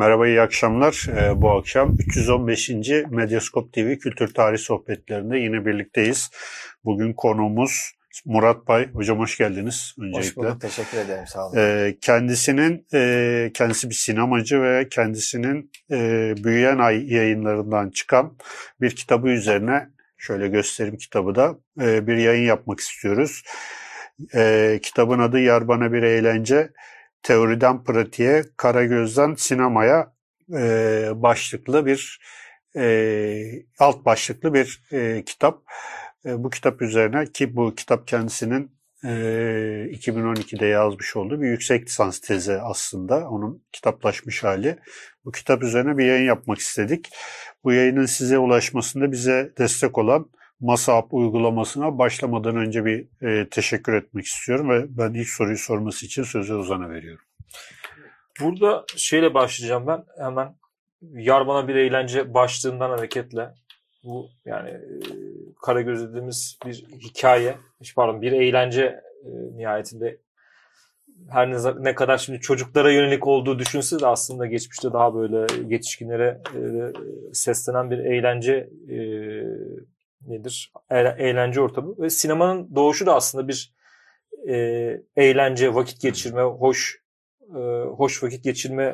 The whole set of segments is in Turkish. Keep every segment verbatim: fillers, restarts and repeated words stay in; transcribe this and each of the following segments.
Merhaba, iyi akşamlar. Ee, bu akşam üç yüz on beşinci Medyaskop T V Kültür Tarih Sohbetlerinde yine birlikteyiz. Bugün konuğumuz Murat Pay. Hocam hoş geldiniz öncelikle. Hoş bulduk, teşekkür ederim, sağ olun. Ee, kendisinin, e, kendisi bir sinemacı ve kendisinin e, Büyüyen Ay yayınlarından çıkan bir kitabı üzerine, şöyle göstereyim kitabı da, e, bir yayın yapmak istiyoruz. E, kitabın adı Yar Bana Bir Eğlence. Teoriden pratiğe, Karagöz'den sinemaya e, başlıklı bir e, alt başlıklı bir e, kitap. E, bu kitap üzerine, ki bu kitap kendisinin e, iki bin on ikide yazmış olduğu bir yüksek lisans tezi aslında, onun kitaplaşmış hali. Bu kitap üzerine bir yayın yapmak istedik. Bu yayının size ulaşmasında bize destek olan MasaUp uygulamasına başlamadan önce bir e, teşekkür etmek istiyorum ve ben ilk soruyu sorması için sözü Ozan'a veriyorum. Burada şeyle başlayacağım ben hemen. Yar Bana Bir Eğlence başlığından hareketle. Bu yani e, Karagöz dediğimiz bir hikaye, pardon bir eğlence e, nihayetinde her ne, ne kadar şimdi çocuklara yönelik olduğu düşünse de aslında geçmişte daha böyle yetişkinlere e, seslenen bir eğlence e, nedir? E, eğlence ortamı ve sinemanın doğuşu da aslında bir e, eğlence, vakit geçirme, hoş e, hoş vakit geçirme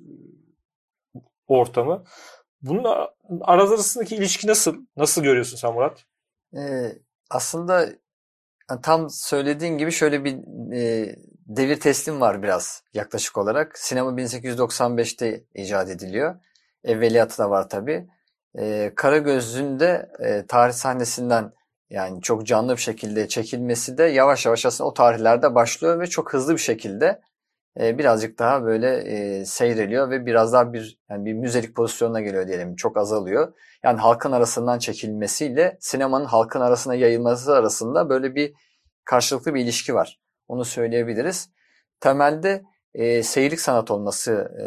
ortamı. Bunun arasındaki ilişki nasıl? Nasıl görüyorsun sen Murat? Ee, aslında tam söylediğin gibi şöyle bir e, devir teslim var biraz yaklaşık olarak. Sinema bin sekiz yüz doksan beşte icat ediliyor. Evveliyatı da var tabii. Ee, Karagöz'ün de e, tarih sahnesinden yani çok canlı bir şekilde çekilmesi de yavaş yavaş aslında o tarihlerde başlıyor ve çok hızlı bir şekilde e, birazcık daha böyle e, seyreliyor ve biraz daha bir yani bir müzelik pozisyonuna geliyor diyelim. Çok azalıyor. Yani halkın arasından çekilmesiyle sinemanın halkın arasına yayılması arasında böyle bir karşılıklı bir ilişki var. Onu söyleyebiliriz. Temelde e, seyirlik sanat olması e,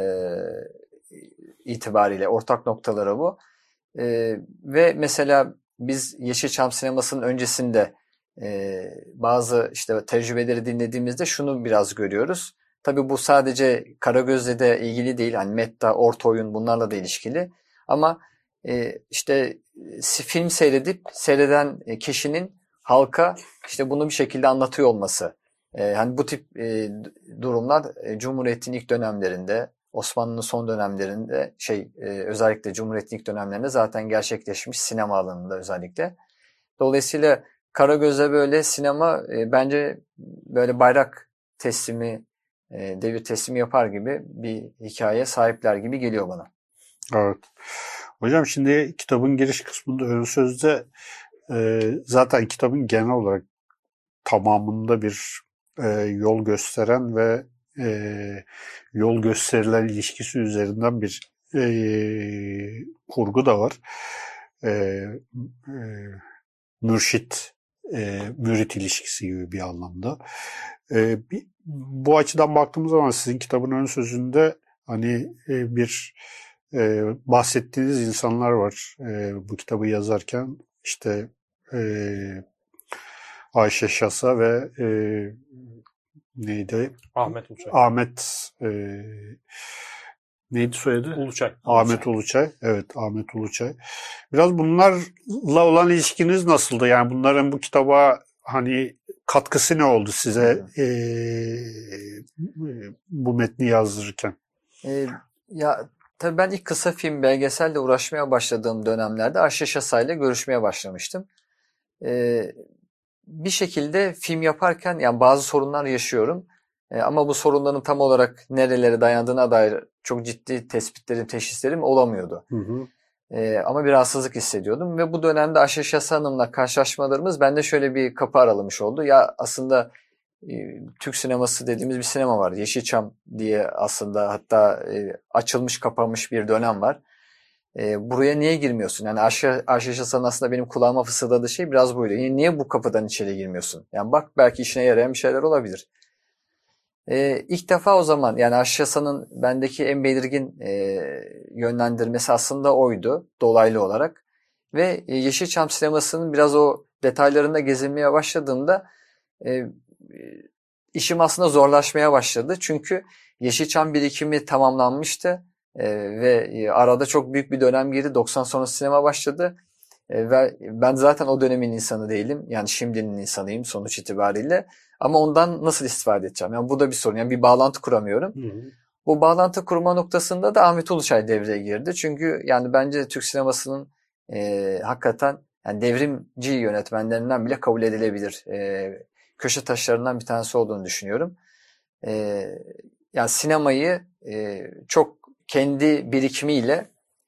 itibariyle ortak noktaları bu. E, ve mesela biz Yeşilçam sinemasının öncesinde e, bazı işte tecrübeleri dinlediğimizde şunu biraz görüyoruz. Tabii bu sadece Karagöz'le de ilgili değil. Hani Metta, Orta Oyun bunlarla da ilişkili. Ama e, işte film seyredip seyreden kişinin halka işte bunu bir şekilde anlatıyor olması. E, hani bu tip e, durumlar e, Cumhuriyet'in ilk dönemlerinde, Osmanlı'nın son dönemlerinde şey e, özellikle Cumhuriyet'in ilk dönemlerinde zaten gerçekleşmiş sinema alanında özellikle. Dolayısıyla Karagöz'e böyle sinema e, bence böyle bayrak teslimi, e, devir teslimi yapar gibi bir hikaye sahipler gibi geliyor bana. Evet. Hocam şimdi kitabın giriş kısmında ön sözde e, zaten kitabın genel olarak tamamında bir e, yol gösteren ve e, yol gösterilen ilişkisi üzerinden bir e, kurgu da var. E, e, mürşit, e, mürit ilişkisi gibi bir anlamda. E, bir, bu açıdan baktığımız zaman sizin kitabın ön sözünde hani e, bir e, bahsettiğiniz insanlar var e, bu kitabı yazarken. İşte e, Ayşe Şasa ve e, neydi? Ahmet Uluçay. Ahmet e, neydi soyadı? Uluçay. Ahmet Uluçay. Evet, Ahmet Uluçay. Biraz bunlarla olan ilişkiniz nasıldı? Yani bunların bu kitaba hani katkısı ne oldu size e, bu metni yazdırırken? E, ya tabii ben ilk kısa film belgeselle uğraşmaya başladığım dönemlerde Ayşe Şasa ile görüşmeye başlamıştım. E, bir şekilde film yaparken yani bazı sorunlar yaşıyorum. E, ama bu sorunların tam olarak nerelere dayandığına dair çok ciddi tespitlerim, teşhislerim olamıyordu. Hı hı. E, ama bir rahatsızlık hissediyordum ve bu dönemde Ayşe Şasa Hanım'la karşılaşmalarımız bende şöyle bir kapı aralamış oldu. Ya aslında e, Türk sineması dediğimiz bir sinema var. Yeşilçam diye aslında hatta e, açılmış kapanmış bir dönem var. E, buraya niye girmiyorsun? Yani Ayşe, Ayşe Şasa'nın aslında benim kulağıma fısıldadığı şey biraz buydu. Yani niye bu kapıdan içeri girmiyorsun? Yani bak belki işine yarayan bir şeyler olabilir. E, ilk defa o zaman yani Ayşe Şasa'nın bendeki en belirgin e, yönlendirmesi aslında oydu dolaylı olarak. Ve e, Yeşilçam sinemasının biraz o detaylarında gezinmeye başladığımda e, işim aslında zorlaşmaya başladı. Çünkü Yeşilçam birikimi tamamlanmıştı. E, ve arada çok büyük bir dönem girdi. doksan sonrası sinema başladı. E, ve ben zaten o dönemin insanı değilim. Yani şimdinin insanıyım sonuç itibariyle. Ama ondan nasıl istifade edeceğim? Yani bu da bir sorun. Yani bir bağlantı kuramıyorum. Hı hı. Bu bağlantı kurma noktasında da Ahmet Uluçay devreye girdi. Çünkü yani bence Türk sinemasının e, hakikaten yani devrimci yönetmenlerinden bile kabul edilebilir. E, köşe taşlarından bir tanesi olduğunu düşünüyorum. E, yani sinemayı e, çok kendi birikimiyle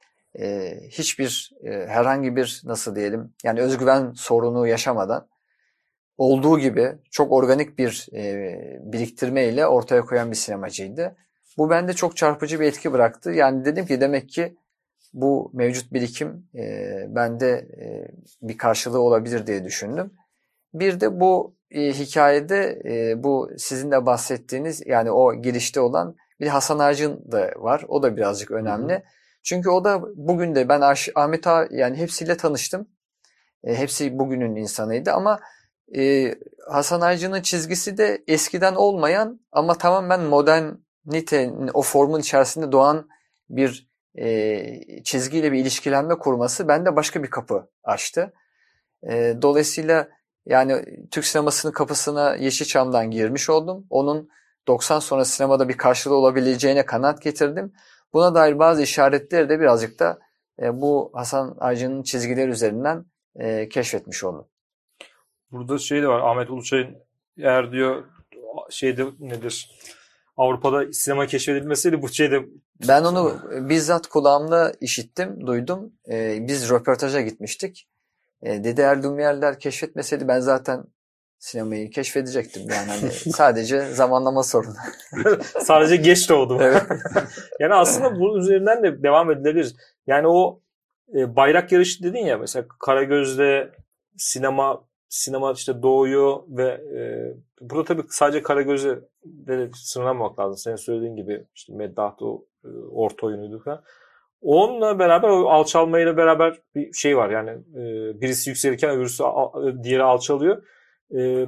e, hiçbir e, herhangi bir nasıl diyelim yani özgüven sorunu yaşamadan olduğu gibi çok organik bir e, biriktirmeyle ortaya koyan bir sinemacıydı. Bu bende çok çarpıcı bir etki bıraktı. Yani dedim ki demek ki bu mevcut birikim e, bende e, bir karşılığı olabilir diye düşündüm. Bir de bu e, hikayede e, bu sizin de bahsettiğiniz yani o girişte olan bir Hasan Ağacın da var. O da birazcık önemli. Hı hı. Çünkü o da bugün de ben Ahmet Ağa yani hepsiyle tanıştım. E, hepsi bugünün insanıydı ama e, Hasan Ağacı'nın çizgisi de eskiden olmayan ama tamamen modernitenin o formun içerisinde doğan bir e, çizgiyle bir ilişkilenme kurması bende başka bir kapı açtı. E, dolayısıyla yani Türk sinemasının kapısına Yeşilçam'dan girmiş oldum. Onun doksan sonra sinemada bir karşılığı olabileceğine kanaat getirdim. Buna dair bazı işaretleri de birazcık da e, bu Hasan Ağacı'nın çizgileri üzerinden e, keşfetmiş oldum. Burada şey de var. Ahmet Uluçay'ın eğer diyor şeyde nedir? Avrupa'da sinema keşfedilmeseydi bu şeyde... Ben onu bizzat kulağımda işittim, duydum. E, biz röportaja gitmiştik. E, dedi eğer Lumière'ler keşfetmeseydi ben zaten sinemayı keşfedecektim. Yani hani sadece zamanlama sorunu. Sadece geç doğdum. Evet. Yani aslında bunun üzerinden de devam edilebilir. Yani o e, bayrak yarışı dedin ya mesela Karagöz'de sinema sinema işte doğuyor ve e, burada tabii sadece Karagöz'e de sınırlamamak lazım. Senin söylediğin gibi işte Meddah'ta o e, orta oyunuydu falan. Onunla beraber o alçalmayla beraber bir şey var yani e, birisi yükselirken öbürüsü diğeri alçalıyor. E,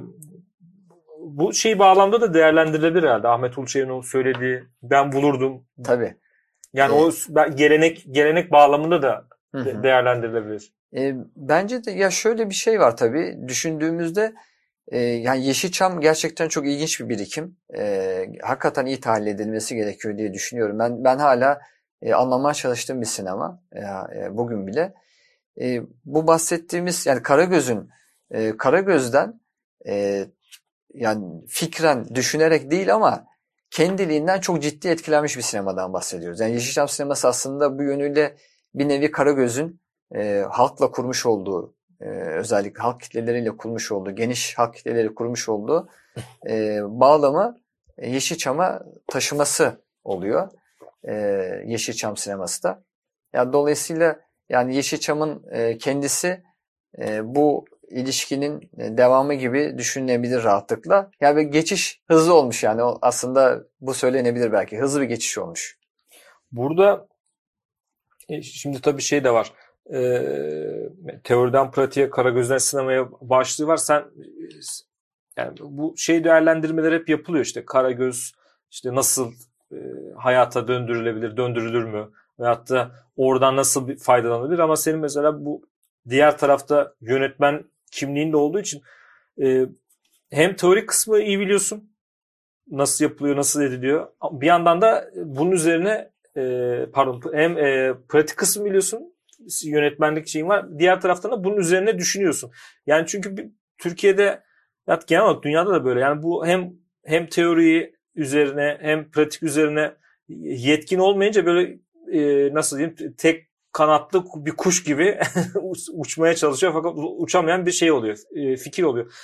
bu şey bağlamda da değerlendirilebilir herhalde. Ahmet Uluçay'ın o söylediği ben bulurdum. Tabii. Yani ee, o gelenek gelenek bağlamında da de, değerlendirilebilir. E, bence de ya şöyle bir şey var tabii. Düşündüğümüzde e, yani Yeşilçam gerçekten çok ilginç bir birikim. E, hakikaten iyi tahlil edilmesi gerekiyor diye düşünüyorum. Ben ben hala e, anlamaya çalıştığım bir sinema. E, e, bugün bile. E, bu bahsettiğimiz yani Karagöz'ün e, Karagöz'den e, yani fikren düşünerek değil ama kendiliğinden çok ciddi etkilenmiş bir sinemadan bahsediyoruz. Yani Yeşilçam sineması aslında bu yönüyle bir nevi Karagöz'ün e, halkla kurmuş olduğu, e, özellikle halk kitleleriyle kurmuş olduğu, geniş halk kitleleri kurmuş olduğu e, bağlamı e, Yeşilçam'a taşıması oluyor. E, Yeşilçam sineması da. Yani dolayısıyla yani Yeşilçam'ın e, kendisi e, bu ilişkinin devamı gibi düşünülebilir rahatlıkla. Yani geçiş hızlı olmuş yani. O aslında bu söylenebilir belki. Hızlı bir geçiş olmuş. Burada şimdi tabii şey de var. E, teoriden pratiğe, Karagöz'den sinemaya başlığı var. Sen yani bu şey değerlendirmeler hep yapılıyor işte. Karagöz işte nasıl e, hayata döndürülebilir, döndürülür mü? Veyahut da oradan nasıl bir faydalanabilir? Ama senin mesela bu diğer tarafta yönetmen kimliğinde olduğu için e, hem teorik kısmı iyi biliyorsun. Nasıl yapılıyor, nasıl ediliyor. Bir yandan da bunun üzerine e, pardon hem e, pratik kısmı biliyorsun. Yönetmenlik şeyin var. Diğer taraftan da bunun üzerine düşünüyorsun. Yani çünkü bir, Türkiye'de ya genel olarak dünyada da böyle. Yani bu hem hem teoriyi üzerine hem pratik üzerine yetkin olmayınca böyle e, nasıl diyeyim tek kanatlı bir kuş gibi uçmaya çalışıyor fakat uçamayan bir şey oluyor. E, fikir oluyor.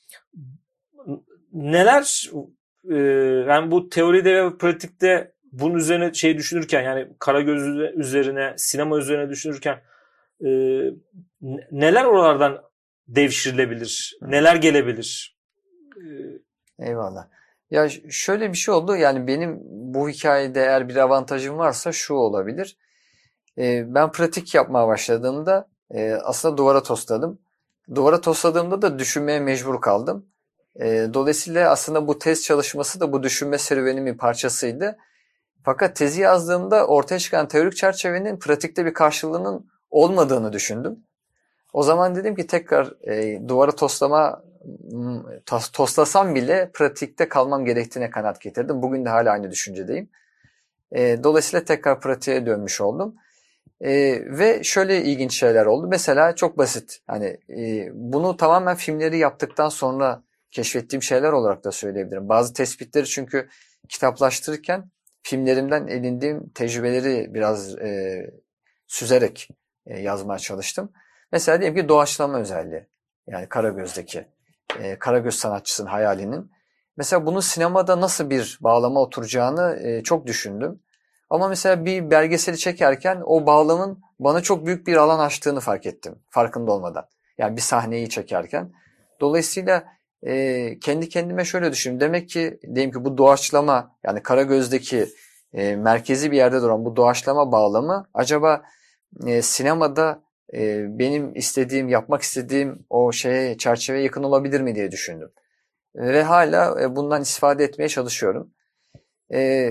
Neler e, yani bu teoride ve pratikte bunun üzerine şey düşünürken yani Karagöz üzerine, sinema üzerine düşünürken e, neler oralardan devşirilebilir? Neler gelebilir? E, Eyvallah. Ya şöyle bir şey oldu. Yani benim bu hikayede eğer bir avantajım varsa şu olabilir. E, ben pratik yapmaya başladığımda e, aslında duvara tosladım. Duvara tosladığımda da düşünmeye mecbur kaldım. E, dolayısıyla aslında bu tez çalışması da bu düşünme serüveninin bir parçasıydı. Fakat tezi yazdığımda ortaya çıkan teorik çerçevenin pratikte bir karşılığının olmadığını düşündüm. O zaman dedim ki tekrar e, duvara toslama tos, toslasam bile pratikte kalmam gerektiğine kanaat getirdim. Bugün de hala aynı düşüncedeyim. E, dolayısıyla tekrar pratiğe dönmüş oldum. E, ve şöyle ilginç şeyler oldu. Mesela çok basit. Hani e, bunu tamamen filmleri yaptıktan sonra keşfettiğim şeyler olarak da söyleyebilirim. Bazı tespitleri çünkü kitaplaştırırken filmlerimden edindiğim tecrübeleri biraz e, süzerek e, yazmaya çalıştım. Mesela diyelim ki doğaçlama özelliği. Yani Karagöz'deki e, Karagöz sanatçısının hayalinin. Mesela bunun sinemada nasıl bir bağlama oturacağını e, çok düşündüm. Ama mesela bir belgeseli çekerken o bağlamın bana çok büyük bir alan açtığını fark ettim. Farkında olmadan. Yani bir sahneyi çekerken. Dolayısıyla e, kendi kendime şöyle düşündüm. Demek ki diyelim ki bu doğaçlama yani Karagöz'deki e, merkezi bir yerde duran bu doğaçlama bağlamı acaba e, sinemada e, benim istediğim, yapmak istediğim o şeye, çerçeveye yakın olabilir mi diye düşündüm. E, ve hala e, bundan istifade etmeye çalışıyorum. E,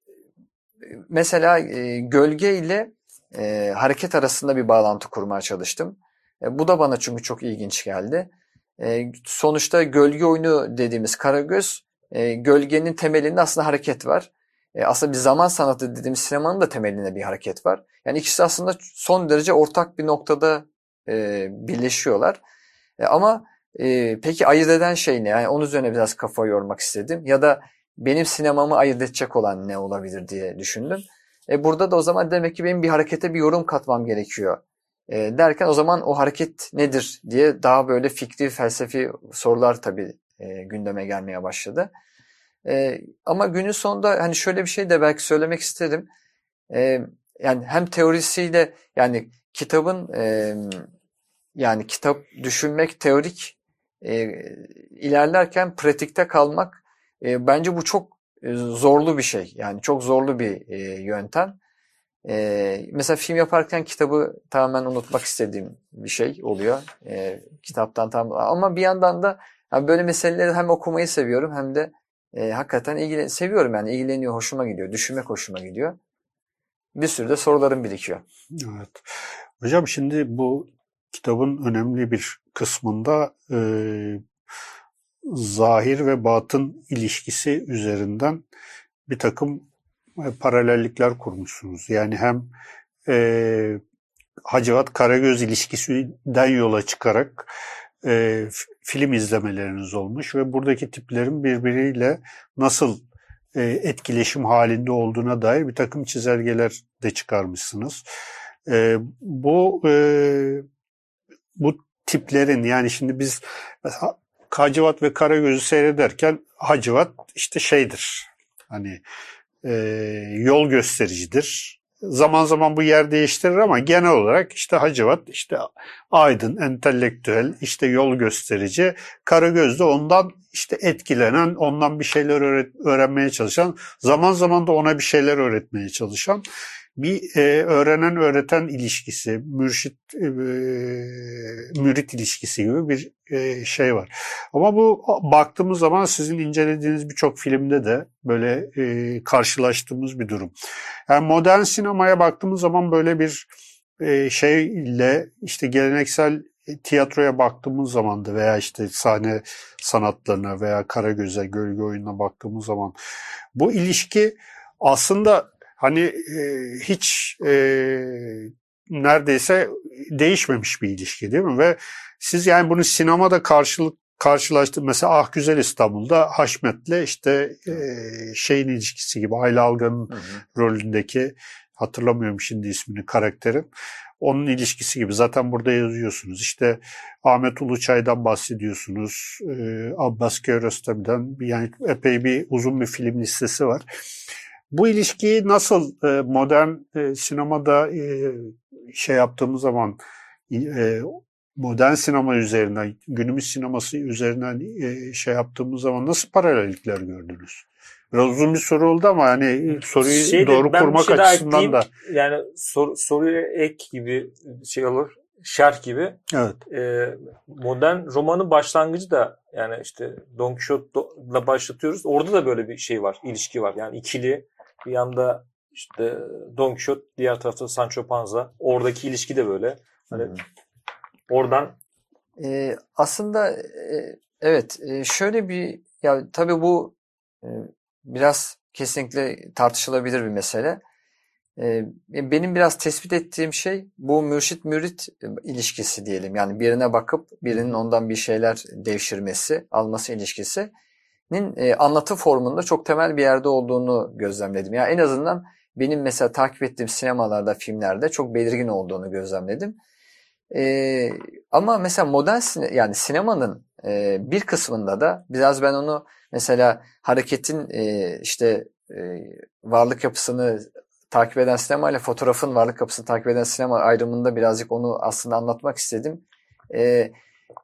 mesela e, gölge ile e, hareket arasında bir bağlantı kurmaya çalıştım. E, bu da bana çünkü çok ilginç geldi. E, sonuçta gölge oyunu dediğimiz Karagöz, e, gölgenin temelinde aslında hareket var. E, aslında bir zaman sanatı dediğimiz sinemanın da temelinde bir hareket var. Yani ikisi aslında son derece ortak bir noktada e, birleşiyorlar. E, ama e, peki ayırt eden şey ne? Yani onun üzerine biraz kafa yormak istedim. Ya da benim sinemamı ayırt edecek olan ne olabilir diye düşündüm. E, burada da o zaman demek ki benim bir harekete bir yorum katmam gerekiyor. E, derken o zaman o hareket nedir diye daha böyle fikri, felsefi sorular tabii e, gündeme gelmeye başladı. E, ama günün sonunda hani şöyle bir şey de belki söylemek isterim. E, yani hem teorisiyle yani kitabın e, yani kitap düşünmek teorik e, ilerlerken pratikte kalmak e, bence bu çok e, zorlu bir şey. Yani çok zorlu bir e, yöntem. E, mesela film yaparken kitabı tamamen unutmak istediğim bir şey oluyor. E, kitaptan tam ama bir yandan da yani böyle meseleleri hem okumayı seviyorum hem de e, hakikaten ilgilen seviyorum yani ilgileniyor, hoşuma gidiyor, düşünmek hoşuma gidiyor. Bir sürü de sorularım birikiyor. Evet. Hocam şimdi bu kitabın önemli bir kısmında e, zahir ve batın ilişkisi üzerinden bir takım e, paralellikler kurmuşsunuz. Yani hem e, Hacivat Karagöz ilişkisinden yola çıkarak e, film izlemeleriniz olmuş ve buradaki tiplerin birbiriyle nasıl e, etkileşim halinde olduğuna dair bir takım çizelgeler de çıkarmışsınız. E, bu e, bu tiplerin yani şimdi biz Hacivat ve Karagöz'ü seyrederken Hacivat işte şeydir hani e, yol göstericidir. Zaman zaman bu yer değiştirir ama genel olarak işte Hacivat işte aydın, entelektüel, işte yol gösterici. Karagöz de ondan işte etkilenen, ondan bir şeyler öğret- öğrenmeye çalışan, zaman zaman da ona bir şeyler öğretmeye çalışan bir e, öğrenen öğreten ilişkisi, mürşit e, mürit ilişkisi gibi bir e, şey var. Ama bu baktığımız zaman sizin incelediğiniz birçok filmde de böyle e, karşılaştığımız bir durum. Yani modern sinemaya baktığımız zaman böyle bir e, şeyle işte geleneksel tiyatroya baktığımız zaman da veya işte sahne sanatlarına veya Karagöz'e, gölge oyununa baktığımız zaman bu ilişki aslında hani e, hiç e, neredeyse değişmemiş bir ilişki değil mi? Ve siz yani bunu sinemada karşılık karşılaştı. Mesela Ah Güzel İstanbul'da Haşmet'le işte e, şeyin ilişkisi gibi Ayla Algan'ın hı hı. rolündeki hatırlamıyorum şimdi ismini karakterin. Onun ilişkisi gibi zaten burada yazıyorsunuz. İşte Ahmet Uluçay'dan bahsediyorsunuz. E, Abbas Kiarostami'den yani epey bir uzun bir film listesi var. Bu ilişkiyi nasıl e, modern e, sinemada e, şey yaptığımız zaman e, modern sinema üzerinden, günümüz sineması üzerinden e, şey yaptığımız zaman nasıl paralellikler gördünüz? Biraz uzun bir soru oldu ama hani soruyu Şeyde, doğru kurmak şey açısından da. Yani sor, soruya ek gibi şey olur, şerh gibi. Evet. E, modern romanın başlangıcı da yani işte Don Quixote'la başlatıyoruz. Orada da böyle bir şey var, ilişki var. Yani ikili Bir yanda işte Don Quixote, diğer tarafta Sancho Panza. Oradaki ilişki de böyle. Hani hmm. oradan Ee, aslında e, evet e, şöyle bir ya tabii bu e, biraz kesinlikle tartışılabilir bir mesele. E, benim biraz tespit ettiğim şey bu mürşit-mürit ilişkisi diyelim. Yani birine bakıp birinin ondan bir şeyler devşirmesi, alması ilişkisinin e, anlatı formunda çok temel bir yerde olduğunu gözlemledim. Yani en azından benim mesela takip ettiğim sinemalarda, filmlerde çok belirgin olduğunu gözlemledim. Ee, ama mesela modern sine, yani sinemanın e, bir kısmında da biraz ben onu mesela hareketin e, işte e, varlık yapısını takip eden sinema ile fotoğrafın varlık yapısını takip eden sinema ayrımında birazcık onu aslında anlatmak istedim. E,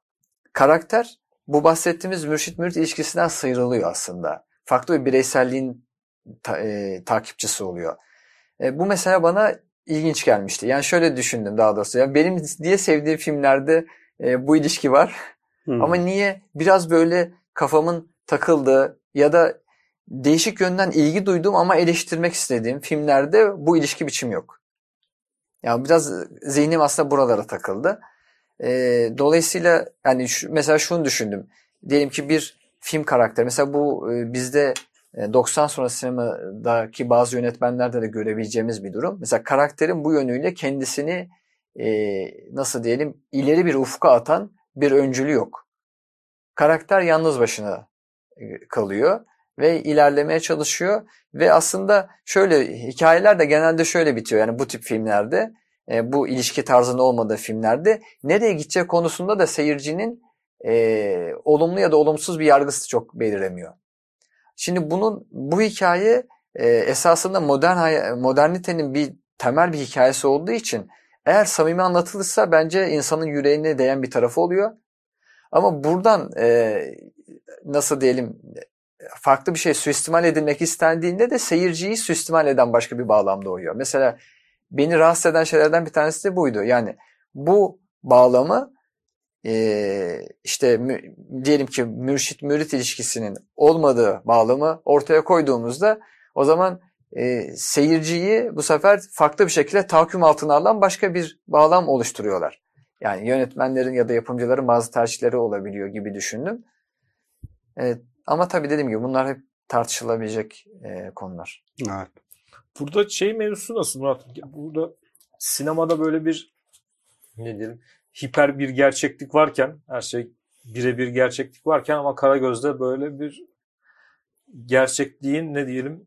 karakter bu bahsettiğimiz mürşit-mürit ilişkisinden sıyrılıyor aslında. Farklı bir bireyselliğin ta, e, takipçisi oluyor. E, bu mesela bana ilginç gelmişti. Yani şöyle düşündüm daha doğrusu. Yani benim diye sevdiğim filmlerde e, bu ilişki var. Hmm. Ama niye biraz böyle kafamın takıldığı ya da değişik yönden ilgi duyduğum ama eleştirmek istediğim filmlerde bu ilişki biçimi yok. Yani biraz zihnim aslında buralara takıldı. E, dolayısıyla yani şu, mesela şunu düşündüm. Diyelim ki bir film karakteri. Mesela bu e, bizde doksan sonra sinemadaki bazı yönetmenlerde de görebileceğimiz bir durum. Mesela karakterin bu yönüyle kendisini e, nasıl diyelim ileri bir ufka atan bir öncülü yok. Karakter yalnız başına kalıyor ve ilerlemeye çalışıyor ve aslında şöyle hikayeler de genelde şöyle bitiyor. Yani bu tip filmlerde e, bu ilişki tarzında olmadığı filmlerde nereye gidecek konusunda da seyircinin e, olumlu ya da olumsuz bir yargısı çok belirlemiyor. Şimdi bunun bu hikaye e, esasında modern modernitenin bir temel bir hikayesi olduğu için eğer samimi anlatılırsa bence insanın yüreğine değen bir tarafı oluyor. Ama buradan e, nasıl diyelim farklı bir şey suistimal edilmek istendiğinde de seyirciyi suistimal eden başka bir bağlam doğuyor. Mesela beni rahatsız eden şeylerden bir tanesi de buydu. Yani bu bağlamı Ee, işte mü, diyelim ki mürşit-mürit ilişkisinin olmadığı bağlamı ortaya koyduğumuzda o zaman e, seyirciyi bu sefer farklı bir şekilde tahakküm altına alan başka bir bağlam oluşturuyorlar. Yani yönetmenlerin ya da yapımcıların bazı tercihleri olabiliyor gibi düşündüm. Evet, ama tabii dediğim gibi bunlar hep tartışılabilecek e, konular. Evet. Burada şey mevzusu nasıl Murat? Burada sinemada böyle bir ne diyelim hiper bir gerçeklik varken, her şey birebir gerçeklik varken ama Karagöz'de böyle bir gerçekliğin ne diyelim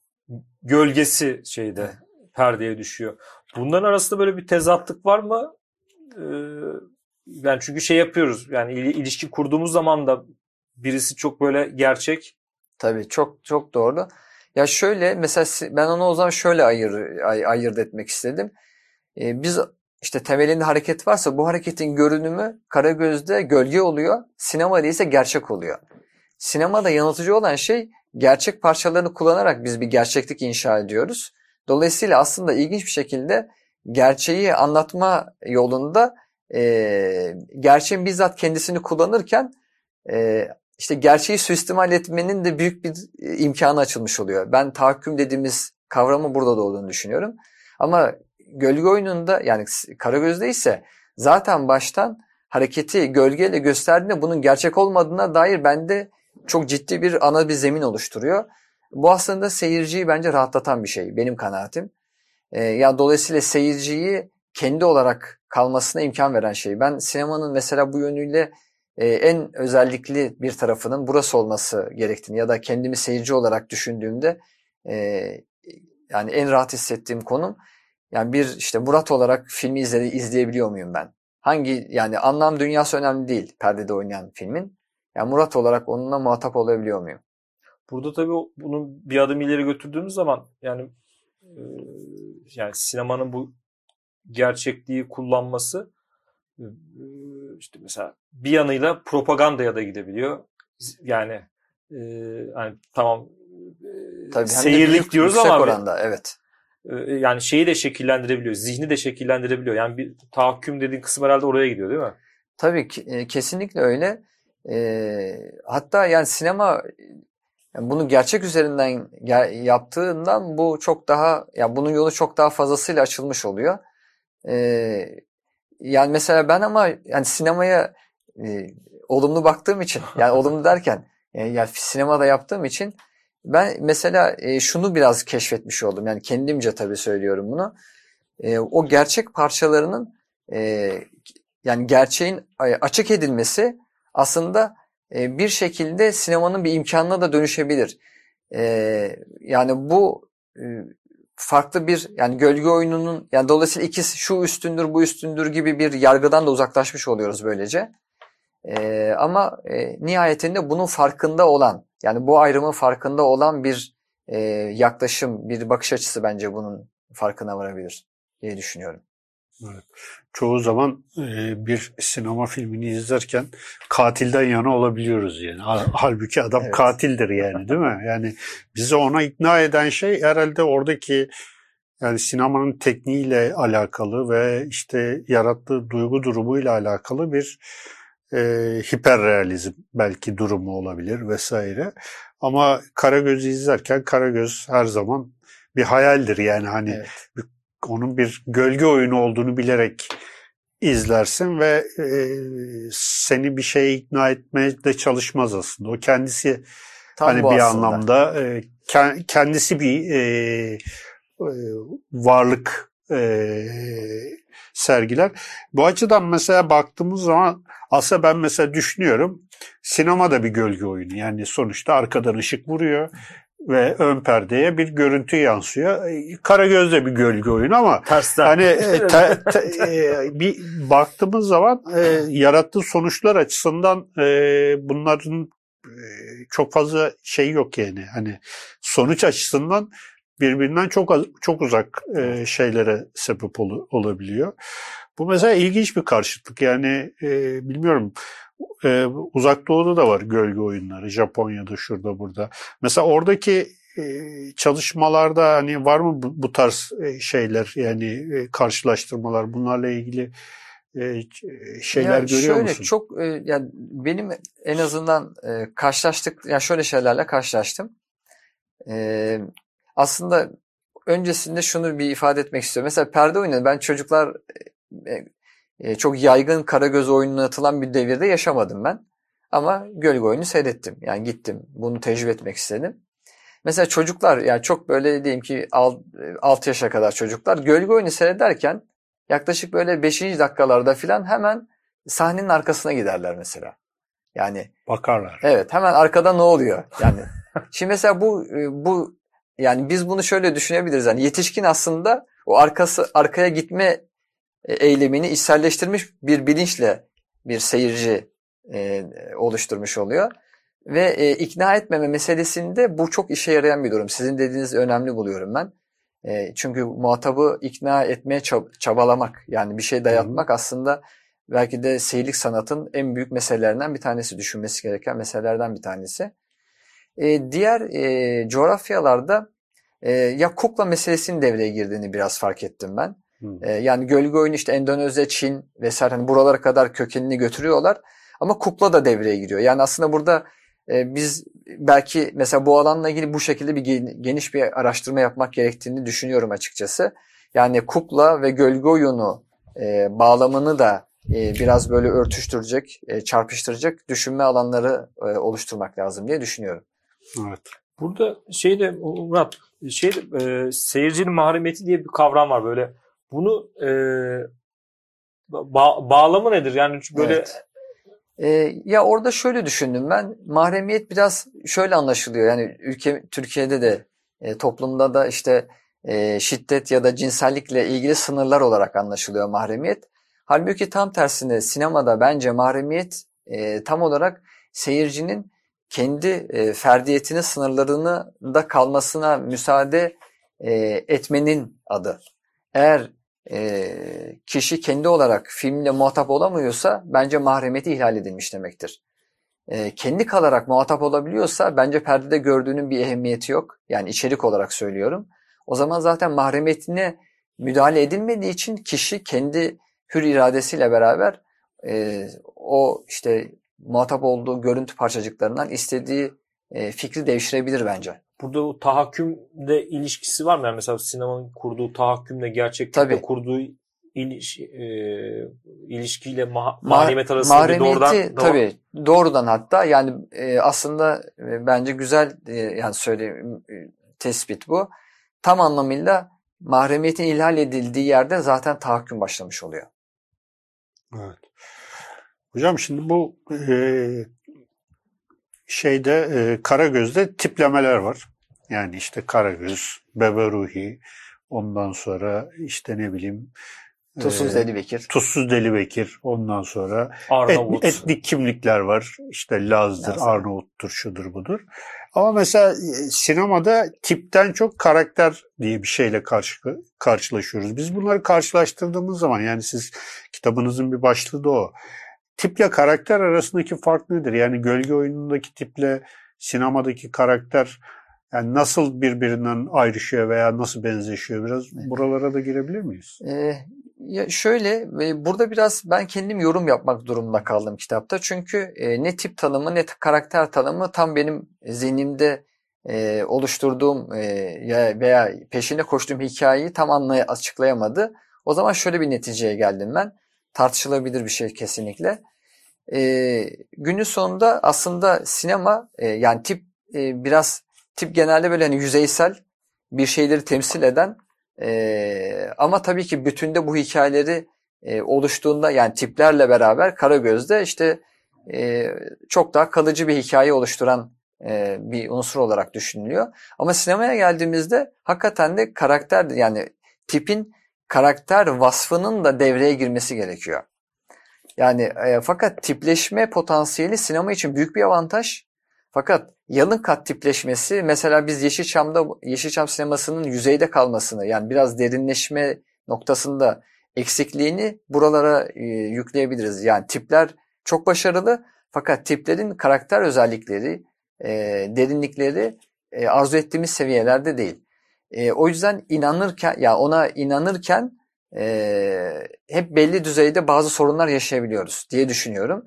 gölgesi şeyde perdeye düşüyor. Bunların arasında böyle bir tezatlık var mı? Ee, yani çünkü şey yapıyoruz. Yani ilişki kurduğumuz zaman da birisi çok böyle gerçek. Tabii çok çok doğru. Ya şöyle mesela ben onu o zaman şöyle ayır ay, ayırt etmek istedim. Ee, biz İşte temelinde hareket varsa bu hareketin görünümü Karagöz'de gölge oluyor. Sinemada ise gerçek oluyor. Sinemada yanıltıcı olan şey gerçek parçalarını kullanarak biz bir gerçeklik inşa ediyoruz. Dolayısıyla aslında ilginç bir şekilde gerçeği anlatma yolunda e, gerçeğin bizzat kendisini kullanırken e, işte gerçeği suistimal etmenin de büyük bir imkanı açılmış oluyor. Ben tahakküm dediğimiz kavramı burada da olduğunu düşünüyorum. Ama gölge oyununda yani Karagöz'de ise zaten baştan hareketi gölgeyle gösterdiğinde bunun gerçek olmadığına dair bende çok ciddi bir ana bir zemin oluşturuyor. Bu aslında seyirciyi bence rahatlatan bir şey benim kanaatim. Ee, yani dolayısıyla seyirciyi kendi olarak kalmasına imkan veren şey. Ben sinemanın mesela bu yönüyle e, en özellikli bir tarafının burası olması gerektiğini ya da kendimi seyirci olarak düşündüğümde e, yani en rahat hissettiğim konum yani bir işte Murat olarak filmi izledi, izleyebiliyor muyum ben? Hangi yani anlam dünyası önemli değil perdede oynayan filmin. Yani Murat olarak onunla muhatap olabiliyor muyum? Burada tabii bunu bir adım ileri götürdüğümüz zaman yani e, yani sinemanın bu gerçekliği kullanması e, işte mesela bir yanıyla propagandaya da gidebiliyor. Yani e, hani tamam e, tabii, seyirlik büyük, diyoruz ama oranda evet. Yani şeyi de şekillendirebiliyor. Zihni de şekillendirebiliyor. Yani bir tahakküm dediğin kısım herhalde oraya gidiyor değil mi? Tabii ki, kesinlikle öyle. E, hatta yani sinema Yani bunu gerçek üzerinden yaptığından bu çok daha, ya yani bunun yolu çok daha fazlasıyla açılmış oluyor. Ee, yani mesela ben ama yani sinemaya e, olumlu baktığım için, yani olumlu derken e, yani sinemada yaptığım için ben mesela e, şunu biraz keşfetmiş oldum. Yani kendimce tabii söylüyorum bunu. E, o gerçek parçalarının e, yani gerçeğin açık edilmesi aslında e, bir şekilde sinemanın bir imkanına da dönüşebilir. E, yani bu e, farklı bir, yani gölge oyununun, yani dolayısıyla ikisi şu üstündür bu üstündür gibi bir yargıdan da uzaklaşmış oluyoruz böylece. E, ama e, nihayetinde bunun farkında olan, yani bu ayrımın farkında olan bir e, yaklaşım, bir bakış açısı bence bunun farkına varabilir diye düşünüyorum. Evet. Çoğu zaman e, bir sinema filmini izlerken katilden yana olabiliyoruz yani. Halbuki adam evet. katildir yani, değil mi? Yani bizi ona ikna eden şey herhalde oradaki, yani sinemanın tekniğiyle alakalı ve işte yarattığı duygu durumuyla alakalı bir e, hiperrealizm belki durumu olabilir vesaire. Ama Karagöz'ü izlerken Karagöz her zaman bir hayaldir yani, hani evet. bir, onun bir gölge oyunu olduğunu bilerek izlersin ve e, seni bir şeye ikna etmeye de çalışmaz aslında. O kendisi Tam hani bir aslında. anlamda e, kendisi bir e, e, varlık e, sergiler. Bu açıdan mesela baktığımız zaman aslında ben mesela düşünüyorum, sinema da bir gölge oyunu. Yani sonuçta arkadan ışık vuruyor ve ön perdeye bir görüntü yansıyor. Karagöz de bir gölge oyunu ama tersten. Hani te, te, e, bir baktığımız zaman e, yarattığı sonuçlar açısından e, bunların e, çok fazla şey yok yani. Hani sonuç açısından birbirinden çok çok uzak e, şeylere sebep ol, olabiliyor. Bu mesela ilginç bir karşıtlık. Yani e, bilmiyorum. Ee, Uzak Doğu'da da var gölge oyunları. Japonya'da, şurada, burada. Mesela oradaki e, çalışmalarda hani var mı bu, bu tarz e, şeyler, yani e, karşılaştırmalar, bunlarla ilgili e, şeyler ya görüyor şöyle, musun? Çok e, yani benim en azından e, karşılaştık, yani şöyle şeylerle karşılaştım. E, aslında öncesinde şunu bir ifade etmek istiyorum. Mesela perde oyunu, ben çocuklar e, e, çok yaygın Karagöz oyununa atılan bir devirde yaşamadım ben. Ama gölge oyunu seyrettim. Yani gittim, bunu tecrübe etmek istedim. Mesela çocuklar, yani çok böyle diyelim ki altı yaşa kadar çocuklar gölge oyunu seyrederken yaklaşık böyle beşinci dakikalarda filan hemen sahnenin arkasına giderler mesela. Yani bakarlar. Evet, hemen arkada ne oluyor? Yani şimdi mesela bu bu yani biz bunu şöyle düşünebiliriz. Yani yetişkin aslında o arkası arkaya gitme eylemini içselleştirmiş bir bilinçle bir seyirci e, oluşturmuş oluyor. Ve e, ikna etmeme meselesinde bu çok işe yarayan bir durum. Sizin dediğiniz önemli buluyorum ben. E, çünkü muhatabı ikna etmeye çab- çabalamak, yani bir şey dayatmak Hı-hı. aslında belki de seyirlik sanatın en büyük meselelerinden bir tanesi, düşünmesi gereken meselelerden bir tanesi. E, diğer e, coğrafyalarda e, ya kukla meselesinin devreye girdiğini biraz fark ettim ben. E, yani gölge oyunu işte Endonezya, Çin vesaire, hani buralara kadar kökenini götürüyorlar. Ama kukla da devreye giriyor. Yani aslında burada e, biz belki mesela bu alanla ilgili bu şekilde bir geniş bir araştırma yapmak gerektiğini düşünüyorum açıkçası. Yani kukla ve gölge oyunu e, bağlamını da e, biraz böyle örtüştürecek, e, çarpıştıracak düşünme alanları e, oluşturmak lazım diye düşünüyorum. Evet. Burada şeyde Murat, şey e, seyircinin mahremiyeti diye bir kavram var böyle. Bunu e, ba- bağlamı nedir? Yani böyle evet. e, ya orada şöyle düşündüm ben. Mahremiyet biraz şöyle anlaşılıyor. Yani ülke Türkiye'de de e, toplumda da işte e, şiddet ya da cinsellikle ilgili sınırlar olarak anlaşılıyor mahremiyet. Halbuki tam tersine sinemada bence mahremiyet e, tam olarak seyircinin kendi e, ferdiyetinin sınırlarını da kalmasına müsaade e, etmenin adı. Eğer e, kişi kendi olarak filmle muhatap olamıyorsa bence mahremiyeti ihlal edilmiş demektir. E, kendi kalarak muhatap olabiliyorsa bence perdede gördüğünün bir ehemmiyeti yok. Yani içerik olarak söylüyorum. O zaman zaten mahremiyetine müdahale edilmediği için kişi kendi hür iradesiyle beraber e, o işte muhatap olduğu görüntü parçacıklarından istediği e, fikri devşirebilir bence. Burada o tahakkümle ilişkisi var mı? Yani mesela sinemanın kurduğu tahakkümle gerçeklikle kurduğu iliş, e, ilişkiyle ma- mahremiyet arasında mahremiyeti, bir doğrudan tabii doğrudan hatta yani e, aslında e, bence güzel e, yani söyleyeyim e, tespit bu. Tam anlamıyla mahremiyetin ihlal edildiği yerde zaten tahakküm başlamış oluyor. Evet. Hocam şimdi bu e, şeyde e, Karagöz'de tiplemeler var. Yani işte Karagöz, Beberuhi, ondan sonra işte ne bileyim Tuzsuz Deli Bekir. Tuzsuz Deli Bekir. Ondan sonra Arnavut. Et, etnik kimlikler var. İşte Laz'dır, Laz. Arnavut'tur, şudur budur. Ama mesela sinemada tipten çok karakter diye bir şeyle karşı, karşılaşıyoruz. Biz bunları karşılaştırdığımız zaman yani siz kitabınızın bir başlığı da o. Tiple karakter arasındaki fark nedir? Yani Gölge Oyunu'ndaki tiple sinemadaki karakter yani nasıl birbirinden ayrışıyor veya nasıl benzeşiyor? Biraz buralara da girebilir miyiz? Ee, ya şöyle, e, burada biraz ben kendim yorum yapmak durumunda kaldım kitapta. Çünkü e, ne tip tanımı ne karakter tanımı tam benim zihnimde e, oluşturduğum e, ya veya peşine koştuğum hikayeyi tam anlay açıklayamadı. O zaman şöyle bir neticeye geldim ben. Tartışılabilir bir şey kesinlikle. E, günün sonunda aslında sinema e, yani tip e, biraz tip genelde böyle hani yüzeysel bir şeyleri temsil eden e, ama tabii ki bütünde bu hikayeleri e, oluştuğunda yani tiplerle beraber Karagöz'de işte e, çok daha kalıcı bir hikaye oluşturan e, bir unsur olarak düşünülüyor. Ama sinemaya geldiğimizde hakikaten de karakter yani tipin karakter vasfının da devreye girmesi gerekiyor. Yani e, fakat tipleşme potansiyeli sinema için büyük bir avantaj. Fakat yalın kat tipleşmesi mesela biz Yeşilçam'da Yeşilçam sinemasının yüzeyde kalmasını yani biraz derinleşme noktasında eksikliğini buralara e, yükleyebiliriz. Yani tipler çok başarılı fakat tiplerin karakter özellikleri, e, derinlikleri e, arzu ettiğimiz seviyelerde değil. E, o yüzden inanırken ya ona inanırken e, hep belli düzeyde bazı sorunlar yaşayabiliyoruz diye düşünüyorum.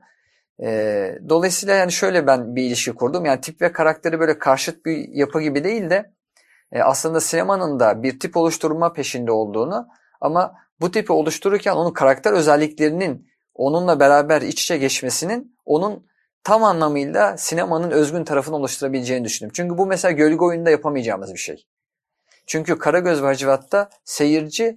E, dolayısıyla yani şöyle ben bir ilişki kurdum. Yani tip ve karakteri böyle karşıt bir yapı gibi değil de e, aslında sinemanın da bir tip oluşturma peşinde olduğunu ama bu tipi oluştururken onun karakter özelliklerinin onunla beraber iç içe geçmesinin onun tam anlamıyla sinemanın özgün tarafını oluşturabileceğini düşünüyorum. Çünkü bu mesela Gölge Oyunu'nda yapamayacağımız bir şey. Çünkü Karagöz ve Hacivat'ta seyirci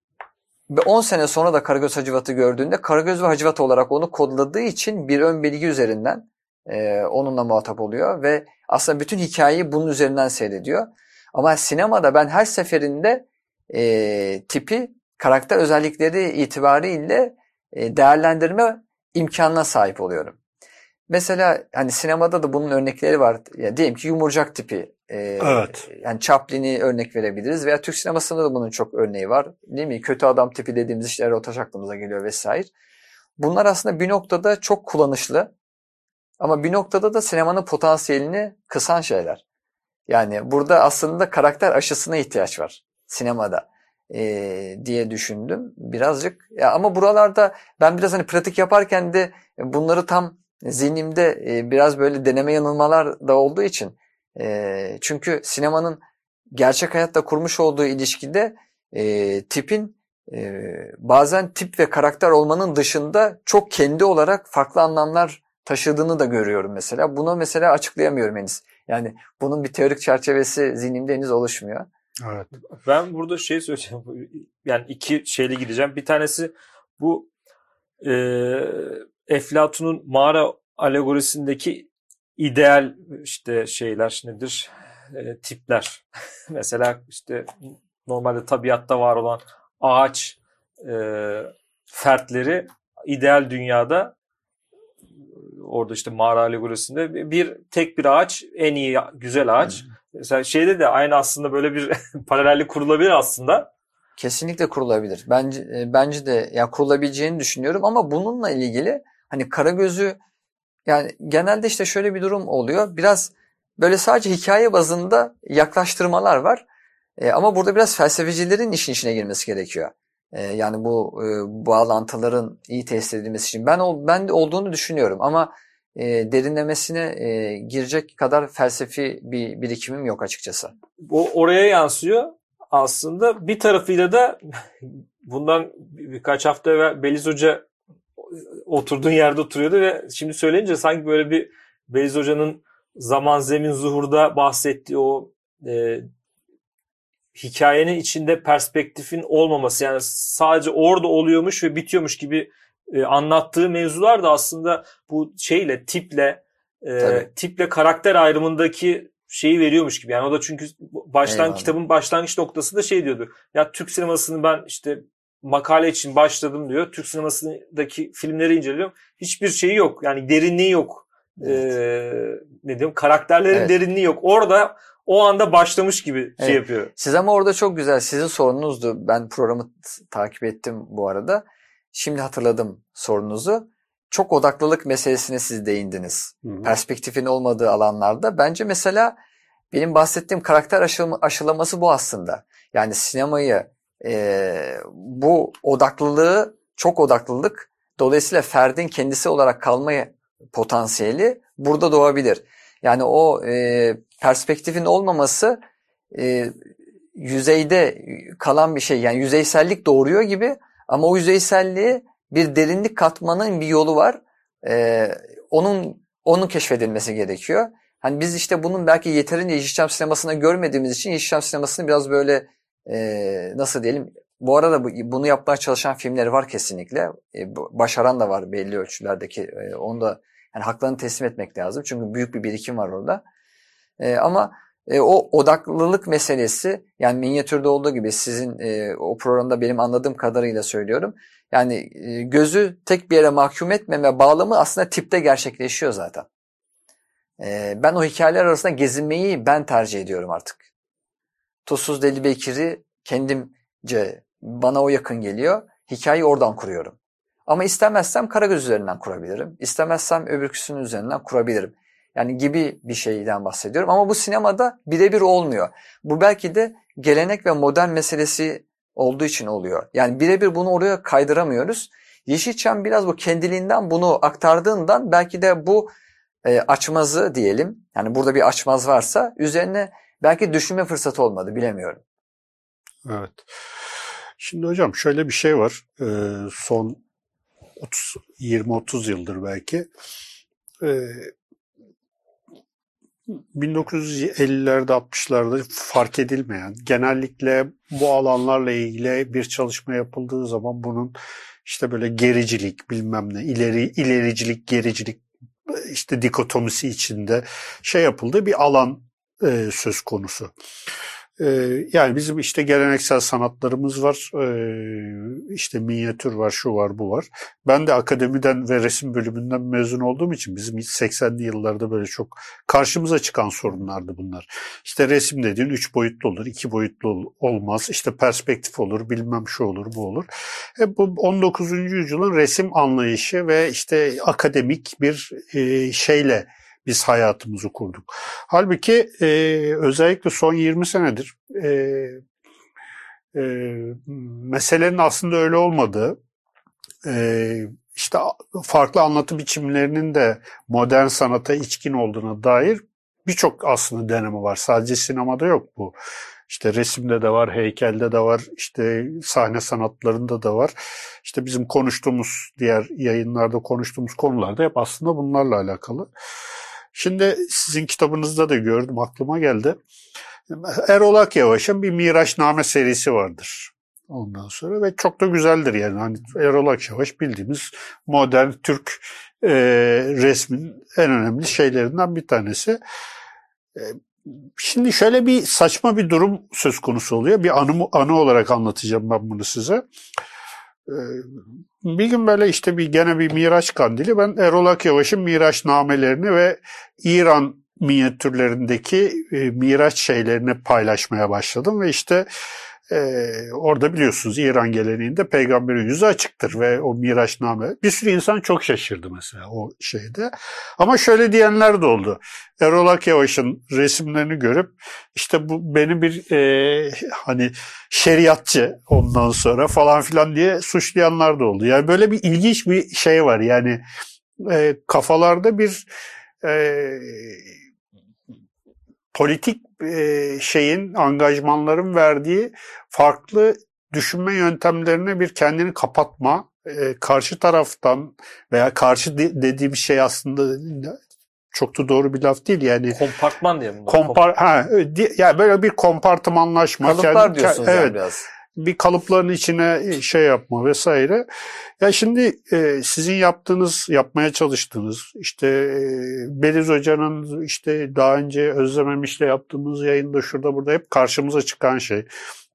on sene sonra da Karagöz Hacivat'ı gördüğünde Karagöz ve Hacivat olarak onu kodladığı için bir ön bilgi üzerinden e, onunla muhatap oluyor ve aslında bütün hikayeyi bunun üzerinden seyrediyor. Ama sinemada ben her seferinde e, tipi karakter özellikleri itibariyle e, değerlendirme imkanına sahip oluyorum. Mesela hani sinemada da bunun örnekleri var. Ya diyelim ki yumurcak tipi. E, evet. Yani Chaplin'i örnek verebiliriz veya Türk sinemasında da bunun çok örneği var. Değil mi? Kötü adam tipi dediğimiz işte Erotaş aklımıza geliyor vesaire. Bunlar aslında bir noktada çok kullanışlı ama bir noktada da sinemanın potansiyelini kısan şeyler. Yani burada aslında karakter aşısına ihtiyaç var sinemada e, diye düşündüm birazcık. Ya ama buralarda ben biraz hani pratik yaparken de bunları tam zihnimde e, biraz böyle deneme yanılmalar da olduğu için e, çünkü sinemanın gerçek hayatta kurmuş olduğu ilişkide e, tipin e, bazen tip ve karakter olmanın dışında çok kendi olarak farklı anlamlar taşıdığını da görüyorum mesela. Bunu mesela açıklayamıyorum henüz. Yani bunun bir teorik çerçevesi zihnimde henüz oluşmuyor. Evet. Ben burada şey söyleyeceğim. Yani iki şeyle gideceğim. Bir tanesi bu e, Eflatun'un mağara alegorisindeki ideal işte şeyler nedir? E, tipler. Mesela işte normalde tabiatta var olan ağaç e, fertleri ideal dünyada orada işte mağara alegorisinde bir tek bir ağaç en iyi güzel ağaç. Hmm. Mesela şeyde de aynı aslında böyle bir paralellik kurulabilir aslında. Kesinlikle kurulabilir. Bence bence de ya kurulabileceğini düşünüyorum ama bununla ilgili hani Karagöz'ü yani genelde işte şöyle bir durum oluyor. Biraz böyle sadece hikaye bazında yaklaştırmalar var. E, ama burada biraz felsefecilerin işin içine girmesi gerekiyor. E, yani bu e, bağlantıların iyi test edilmesi için ben ben de olduğunu düşünüyorum ama e, derinlemesine e, girecek kadar felsefi bir birikimim yok açıkçası. O oraya yansıyor. Aslında bir tarafıyla da bundan birkaç hafta evvel Beliz Hoca oturduğun yerde oturuyordu ve şimdi söyleyince sanki böyle bir Beliz Hoca'nın Zaman Zemin Zuhur'da bahsettiği o e, hikayenin içinde perspektifin olmaması, yani sadece orada oluyormuş ve bitiyormuş gibi e, anlattığı mevzular da aslında bu şeyle, tiple e, tiple karakter ayrımındaki şeyi veriyormuş gibi. Yani o da çünkü baştan Eyvallah. Kitabın başlangıç noktası da şey diyordu. Ya Türk sinemasını ben işte makale için başladım diyor. Türk sinemasındaki filmleri inceliyorum. Hiçbir şeyi yok. Yani derinliği yok. Evet. Ee, ne diyeyim? Karakterlerin evet. derinliği yok. Orada o anda başlamış gibi evet. şey yapıyor. Siz ama orada çok güzel. Sizin sorununuzdu. Ben programı t- takip ettim bu arada. Şimdi hatırladım sorunuzu. Çok odaklılık meselesine siz değindiniz. Hı-hı. Perspektifin olmadığı alanlarda. Bence mesela benim bahsettiğim karakter aşılama, aşılaması bu aslında. Yani sinemayı e, bu odaklılığı, çok odaklılık dolayısıyla ferdin kendisi olarak kalma potansiyeli burada doğabilir. Yani o e, perspektifin olmaması e, yüzeyde kalan bir şey. Yani yüzeysellik doğuruyor gibi ama o yüzeyselliğe bir derinlik katmanın bir yolu var. E, onun onun keşfedilmesi gerekiyor. Hani biz işte bunun belki yeterince Yeşilçam sinemasında görmediğimiz için Yeşilçam sinemasını biraz böyle e, nasıl diyelim, bu arada bu, bunu yapmaya çalışan filmleri var kesinlikle. E, başaran da var belli ölçülerdeki. E, onu da yani haklarını teslim etmek lazım. Çünkü büyük bir birikim var orada. E, ama e, o odaklılık meselesi, yani minyatürde olduğu gibi sizin e, o programda benim anladığım kadarıyla söylüyorum. Yani e, gözü tek bir yere mahkum etmeme bağlamı aslında tipte gerçekleşiyor zaten. E, ben o hikayeler arasında gezinmeyi ben tercih ediyorum artık. Tuzsuz Deli Bekir'i kendimce bana o yakın geliyor. Hikayeyi oradan kuruyorum. Ama istemezsem Karagöz üzerinden kurabilirim. İstemezsem öbürküsünün üzerinden kurabilirim. Yani gibi bir şeyden bahsediyorum. Ama bu sinemada birebir olmuyor. Bu belki de gelenek ve modern meselesi olduğu için oluyor. Yani birebir bunu oraya kaydıramıyoruz. Yeşilçam biraz bu kendiliğinden bunu aktardığından belki de bu e, açmazı diyelim. Yani burada bir açmaz varsa üzerine belki düşünme fırsatı olmadı, bilemiyorum. Evet. Şimdi hocam şöyle bir şey var. Ee, son yirmi otuz yıldır belki ee, bin dokuz yüz ellilerde altmışlarda fark edilmeyen, genellikle bu alanlarla ilgili bir çalışma yapıldığı zaman bunun işte böyle gericilik, bilmem ne, ileri ilericilik, gericilik işte dikotomisi içinde şey yapıldığı bir alan e, söz konusu. E, yani bizim işte geleneksel sanatlarımız var, e, işte minyatür var, şu var, bu var. Ben de akademiden ve resim bölümünden mezun olduğum için bizim seksenli yıllarda böyle çok karşımıza çıkan sorunlardı bunlar. İşte resim dediğin üç boyutlu olur, iki boyutlu olmaz, işte perspektif olur, bilmem şu olur, bu olur. E, bu on dokuzuncu yüzyılın resim anlayışı ve işte akademik bir e, şeyle biz hayatımızı kurduk. Halbuki e, özellikle son yirmi senedir e, e, meselenin aslında öyle olmadığı, e, işte farklı anlatı biçimlerinin de modern sanata içkin olduğuna dair birçok aslında deneme var. Sadece sinemada yok bu. İşte resimde de var, heykelde de var, işte sahne sanatlarında da var. İşte bizim konuştuğumuz, diğer yayınlarda konuştuğumuz konular da hep aslında bunlarla alakalı. Şimdi sizin kitabınızda da gördüm, aklıma geldi. Erol Akyavaş'ın bir Miraçname serisi vardır ondan sonra ve çok da güzeldir yani. Hani Erol Akyavaş bildiğimiz modern Türk e, resmin en önemli şeylerinden bir tanesi. E, şimdi şöyle bir saçma bir durum söz konusu oluyor. Bir anı, anı olarak anlatacağım ben bunu size. Bir gün böyle işte bir gene bir Miraç kandili, ben Erol Akyavaş'ın Miraçnamelerini ve İran minyatürlerindeki e, Miraç şeylerini paylaşmaya başladım ve işte e, orada biliyorsunuz İran geleneğinde peygamberin yüzü açıktır ve o Miraçname, bir sürü insan çok şaşırdı mesela o şeyde. Ama şöyle diyenler de oldu. Erol Akyavaş'ın resimlerini görüp işte bu beni bir e, hani şeriatçı ondan sonra falan filan diye suçlayanlar da oldu. Yani böyle bir ilginç bir şey var yani. e, kafalarda bir e, politik e, şeyin, angajmanların verdiği farklı düşünme yöntemlerine bir kendini kapatma, e, karşı taraftan veya karşı de, dediğim şey aslında çok da doğru bir laf değil yani. Kompartman diye mi? Kompar ha yani böyle bir kompartımanlaşma. Kalıplar kendi, diyorsunuz evet, yani biraz. Bir kalıpların içine şey yapma vesaire. Ya şimdi e, sizin yaptığınız, yapmaya çalıştığınız işte e, Beliz Hoca'nın işte daha önce Özlememiş'le yaptığımız yayında şurada burada hep karşımıza çıkan şey.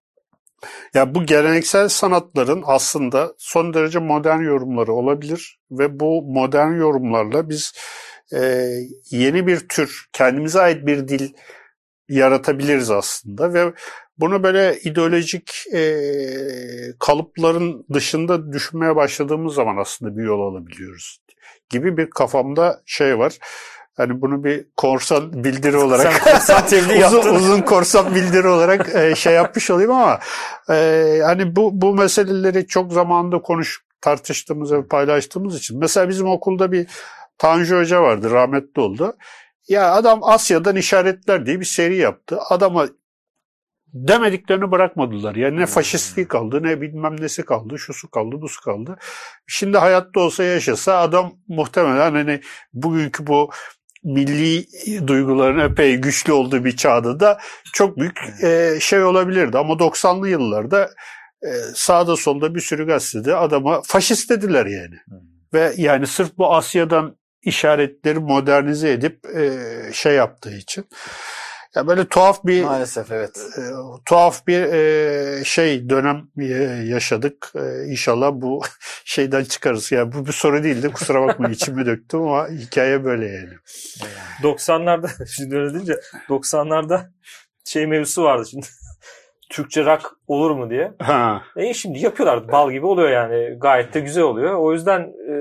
Ya bu geleneksel sanatların aslında son derece modern yorumları olabilir ve bu modern yorumlarla biz e, yeni bir tür, kendimize ait bir dil yaratabiliriz aslında ve bunu böyle ideolojik e, kalıpların dışında düşünmeye başladığımız zaman aslında bir yol alabiliyoruz gibi bir kafamda şey var. Hani bunu bir korsan bildiri olarak uzun, uzun korsan bildiri olarak e, şey yapmış olayım ama e, hani bu bu meseleleri çok zamanında konuş tartıştığımız ve paylaştığımız için mesela bizim okulda bir Tanju Hoca vardı, rahmetli oldu. Ya adam Asya'dan işaretler diye bir seri yaptı. Adama demediklerini bırakmadılar. Yani ne faşistliği kaldı, ne bilmem nesi kaldı, şusu kaldı, busu kaldı. Şimdi hayatta olsa yaşasa adam muhtemelen hani bugünkü bu milli duyguların epey güçlü olduğu bir çağda da çok büyük e, şey olabilirdi. Ama doksanlı yıllarda e, sağda solda bir sürü gazetede adama faşist dediler yani. Hmm. Ve yani sırf bu Asya'dan işaretleri modernize edip e, şey yaptığı için. Ya böyle tuhaf bir maalesef evet. E, tuhaf bir e, şey dönem e, yaşadık. E, İnşallah bu şeyden çıkarız. Yani bu bir soru değildi. Kusura bakmayın içimi döktüm ama hikaye böyle yani. doksanlarda şimdi öyle deyince doksanlarda şey mevzusu vardı şimdi. Türkçe rock olur mu diye. Ha. E şimdi yapıyorlar. Bal gibi oluyor yani. Gayet de güzel oluyor. O yüzden e,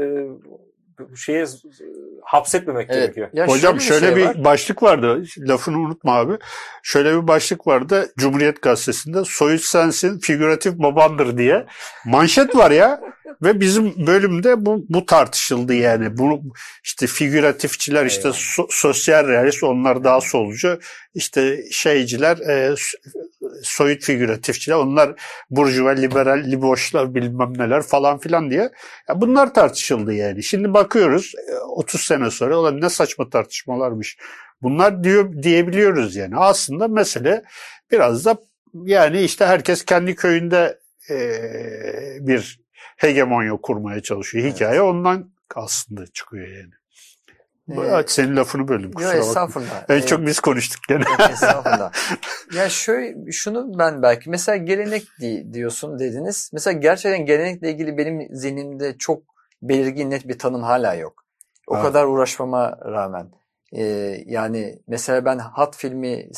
şeye hapsetmemek evet. gerekiyor. Ya hocam şöyle, şöyle bir, şey bir başlık vardı. Lafını unutma abi. Şöyle bir başlık vardı Cumhuriyet Gazetesi'nde. Soyut sensin, figüratif babandır diye. Manşet var ya. Ve bizim bölümde bu, bu tartışıldı yani. Bu işte figüratifçiler işte so, sosyal realist, onlar daha solcu. İşte şeyciler e, soyut figüratifçiler, onlar burjuva, liberal, liboşlar bilmem neler falan filan diye. Ya bunlar tartışıldı yani. Şimdi bakıyoruz otuz sene sonra olan ne saçma tartışmalarmış. Bunlar diyor diyebiliyoruz yani. Aslında mesele biraz da yani işte herkes kendi köyünde e, bir hegemonya kurmaya çalışıyor. Hikaye evet. Ondan aslında çıkıyor yani. Ee, Senin lafını böldüm. Kusura bakma. Estağfurullah. En ee, çok biz konuştuk gene. Estağfurullah. Ya şöyle şunu ben belki mesela gelenek diyorsun dediniz. Mesela gerçekten gelenekle ilgili benim zihnimde çok belirgin net bir tanım hala yok. O ha. kadar uğraşmama rağmen. Ee, yani mesela ben Hat filmi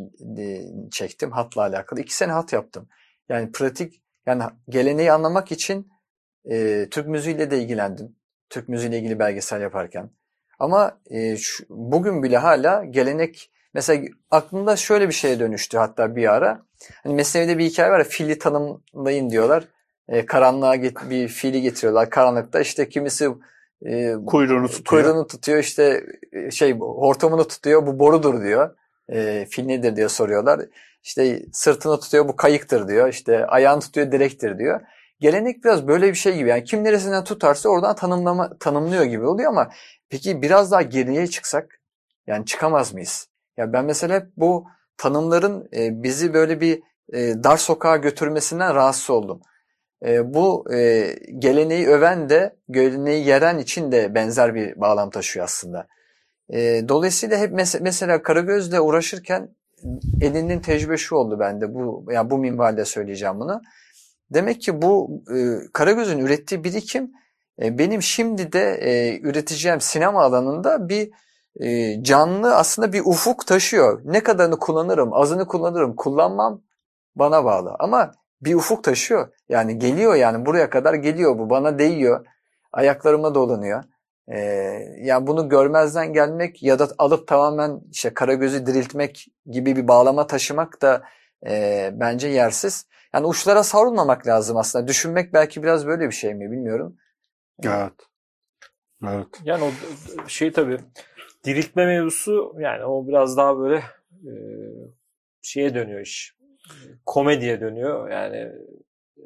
çektim. Hat'la alakalı. İki sene Hat yaptım. Yani pratik yani geleneği anlamak için e, Türk müziğiyle de ilgilendim. Türk müziğiyle ilgili belgesel yaparken. Ama e, şu, bugün bile hala gelenek mesela aklımda şöyle bir şeye dönüştü hatta bir ara. Hani Mesnevi'de bir hikaye var ya, fili tanımlayın diyorlar. E, karanlığa get- bir fili getiriyorlar. Karanlıkta işte kimisi e, kuyruğunu tutuyor. Kuyruğunu tutuyor işte şey hortumunu tutuyor, bu borudur diyor. E, fil nedir diye soruyorlar. İşte sırtını tutuyor, bu kayıktır diyor. İşte ayağını tutuyor, direktir diyor. Gelenek biraz böyle bir şey gibi. Yani kim neresinden tutarsa oradan tanımlama tanımlıyor gibi oluyor ama peki biraz daha geriye çıksak yani çıkamaz mıyız? Ya ben mesela hep bu tanımların e, bizi böyle bir e, dar sokağa götürmesinden rahatsız oldum. E, bu e, geleneği öven de geleneği yeren için de benzer bir bağlam taşıyor aslında. E, dolayısıyla hep mes- mesela Karagöz'le uğraşırken edindiğim tecrübe şu oldu bende. Bu yani bu minvalde söyleyeceğim bunu. Demek ki bu e, Karagöz'ün ürettiği birikim e, benim şimdi de e, üreteceğim sinema alanında bir e, canlı aslında bir ufuk taşıyor. Ne kadarını kullanırım, azını kullanırım, kullanmam bana bağlı. Ama bir ufuk taşıyor. Yani geliyor yani buraya kadar geliyor bu. Bana değiyor. Ayaklarıma dolanıyor. E, yani bunu görmezden gelmek ya da alıp tamamen işte Karagöz'ü diriltmek gibi bir bağlama taşımak da e, bence yersiz. Yani uçlara savrulmamak lazım aslında. Düşünmek belki biraz böyle bir şey mi bilmiyorum. Evet. Evet. Yani o şey tabii diriltme mevzusu, yani o biraz daha böyle e, şeye dönüyor iş. Komediye dönüyor. Yani e,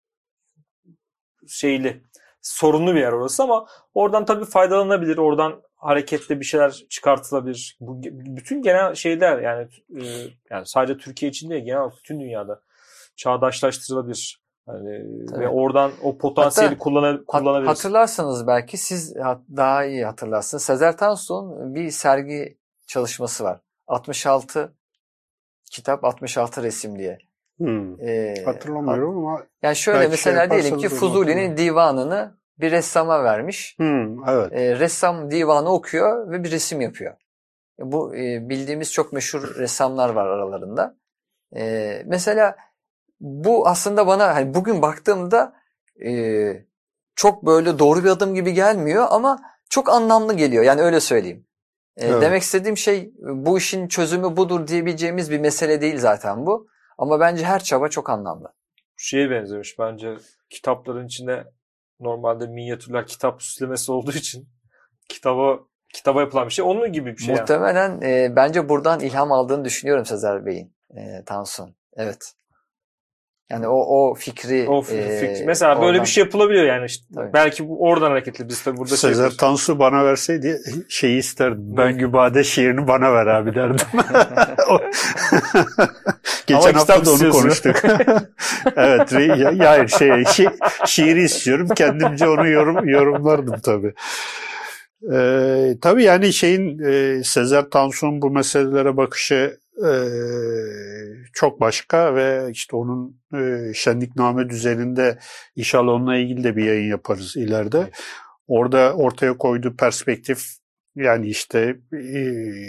şeyli, sorunlu bir yer orası ama oradan tabii faydalanabilir. Oradan hareketle bir şeyler çıkartılabilir. Bu bütün genel şeyler, yani e, yani sadece Türkiye için değil, genel bütün dünyada çağdaşlaştırılabilir. Yani ve oradan o potansiyeli Hatta, kullan kullanabiliriz. Hatırlarsanız belki siz daha iyi hatırlarsınız. Sezer Tansu'nun bir sergi çalışması var. altmış altı kitap, altmış altı resim diye. Hmm. Ee, Hatırlamıyorum ama yani şöyle mesela şey diyelim ki Fuzuli'nin divanını bir ressama vermiş. Hmm, evet. Ee, ressam divanı okuyor ve bir resim yapıyor. Bu e, bildiğimiz çok meşhur ressamlar var aralarında. Ee, mesela bu aslında bana hani bugün baktığımda e, çok böyle doğru bir adım gibi gelmiyor ama çok anlamlı geliyor. Yani öyle söyleyeyim. E, Evet. Demek istediğim şey, bu işin çözümü budur diyebileceğimiz bir mesele değil zaten bu. Ama bence her çaba çok anlamlı. Şeye benzemiş bence, kitapların içinde normalde minyatürler kitap süslemesi olduğu için kitaba kitaba yapılan bir şey. Onun gibi bir şey. Muhtemelen yani. e, bence buradan ilham aldığını düşünüyorum Sezer Bey'in. E, Tansu'nun. Evet. Yani o o fikri, O fikri. e, Mesela oradan... böyle bir şey yapılabiliyor yani. İşte Tabii. belki bu oradan hareketli. Biz tabii burada Sezer şey Tansu bana verseydi şeyi isterdim. Ben Gübade şiirini bana ver abi derdim. Geçen Ama hafta da onu istiyorsun. konuştuk. Evet, ya, ya şey şi- şiiri istiyorum. Kendimce onu yorum yorumlardım tabii. Ee, tabii yani şeyin e, Sezer Tansu'nun bu meselelere bakışı e, çok başka ve işte onun e, Şenlikname düzeninde inşallah onunla ilgili de bir yayın yaparız ileride. Evet. Orada ortaya koyduğu perspektif, yani işte e,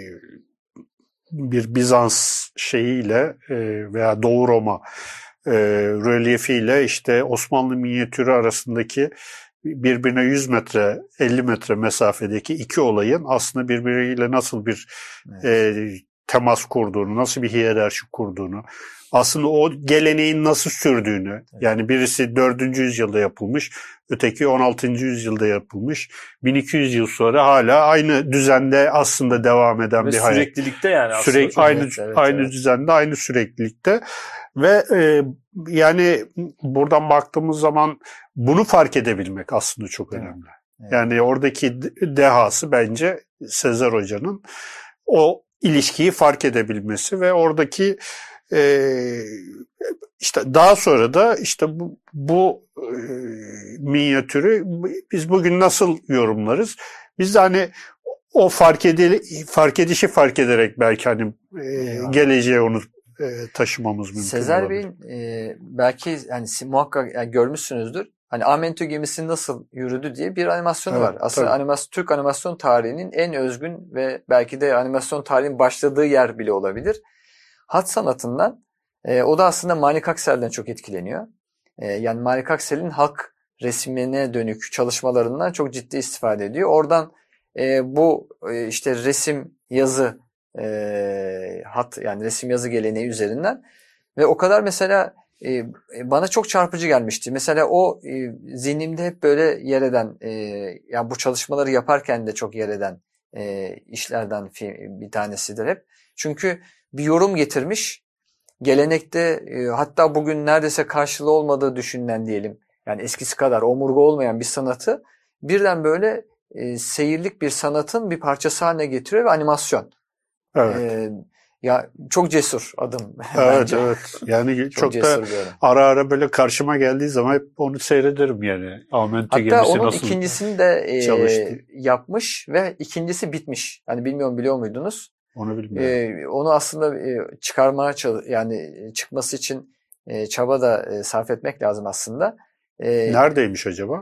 bir Bizans şeyiyle e, veya Doğu Roma e, rölyefiyle işte Osmanlı minyatürü arasındaki birbirine yüz metre, elli metre mesafedeki iki olayın aslında birbiriyle nasıl bir evet. e, temas kurduğunu, nasıl bir hiyerarşi kurduğunu, aslında o geleneğin nasıl sürdüğünü, evet. yani birisi dördüncü yüzyılda yapılmış, öteki on altıncı yüzyılda yapılmış, bin iki yüz yıl sonra hala aynı düzende aslında devam eden ve bir hayat. Süreklilikte yani aslında. Sürekli aynı evet, evet, aynı evet. düzende, aynı süreklilikte ve e, yani buradan baktığımız zaman bunu fark edebilmek aslında çok önemli. Evet. Yani oradaki dehası bence Sezer Hoca'nın o ilişkiyi fark edebilmesi ve oradaki e, işte daha sonra da işte bu, bu e, minyatürü biz bugün nasıl yorumlarız? Biz de hani o fark edili, fark edişi fark ederek belki hani e, geleceğe onu e, taşımamız mümkün. Sezer Bey'in e, belki yani muhakkak yani görmüşsünüzdür. Hani Amentü gemisi nasıl yürüdü diye bir animasyonu evet, var. Aslında animasyon, Türk animasyon tarihinin en özgün ve belki de animasyon tarihinin başladığı yer bile olabilir. Hat sanatından e, o da aslında Manik Aksel'den çok etkileniyor. E, yani Manik Aksel'in halk resmine dönük çalışmalarından çok ciddi istifade ediyor. Oradan e, bu e, işte resim yazı e, hat yani resim yazı geleneği üzerinden ve o kadar mesela e, bana çok çarpıcı gelmişti. Mesela o e, zihnimde hep böyle yer eden e, yani bu çalışmaları yaparken de çok yer eden e, işlerden bir tanesidir hep. Çünkü bir yorum getirmiş. Gelenekte e, hatta bugün neredeyse karşılığı olmadığı düşünülen diyelim. Yani eskisi kadar omurga olmayan bir sanatı birden böyle e, seyirlik bir sanatın bir parçası haline getiriyor ve animasyon. Evet. E, ya çok cesur adım. Evet bence. evet. Yani çok, çok da diyorum. ara ara böyle karşıma geldiği zaman hep onu seyrederim yani. Amentü gemisi Hatta onun nasıl ikincisini de e, yapmış ve ikincisi bitmiş. Hani bilmiyorum biliyor muydunuz? Onu bilmiyorum. Ee, onu aslında e, çıkarmaya çalış yani çıkması için e, çaba da e, sarf etmek lazım aslında. E, Neredeymiş acaba?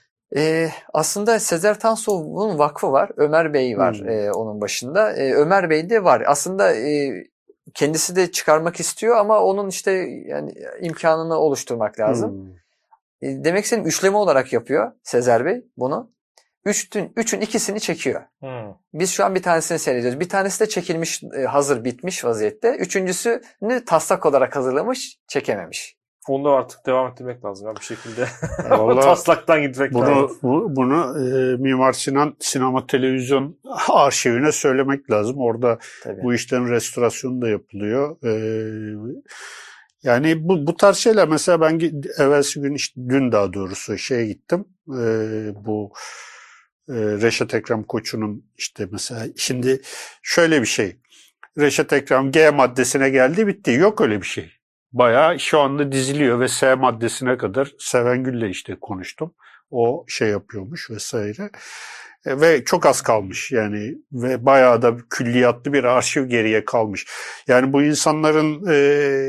E, aslında Sezer Tansu'nun vakfı var. Ömer Bey var hmm. e, onun başında. E, Ömer Bey de var. Aslında e, kendisi de çıkarmak istiyor ama onun işte yani imkanını oluşturmak lazım. Hmm. E, demek istediğim üçleme olarak yapıyor Sezer Bey bunu. Üçün, üçün ikisini çekiyor. Hmm. Biz şu an bir tanesini seyrediyoruz. Bir tanesi de çekilmiş, hazır bitmiş vaziyette. Üçüncüsünü taslak olarak hazırlamış, çekememiş. Fonda artık devam ettirmek lazım ya bir şekilde. Vallahi Taslaktan gitmek bunu, lazım. bu, bunu e, Mimar Sinan Sinema Televizyon Arşivine söylemek lazım. Orada Tabii. bu işlerin restorasyonu da yapılıyor. E, yani bu, bu tarz şeyler mesela ben evvelsi gün işte dün daha doğrusu şeye gittim. E, bu e, Reşat Ekrem Koçu'nun işte mesela şimdi şöyle bir şey. Reşat Ekrem G maddesine geldi bitti. Yok öyle bir şey. Bayağı şu anda diziliyor ve S maddesine kadar Sevengül'le işte konuştum. O şey yapıyormuş vesaire. E, ve çok az kalmış yani ve bayağı da külliyatlı bir arşiv geriye kalmış. Yani bu insanların e,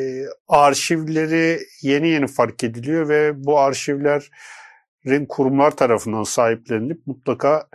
arşivleri yeni yeni fark ediliyor ve bu arşivlerin kurumlar tarafından sahiplenilip mutlaka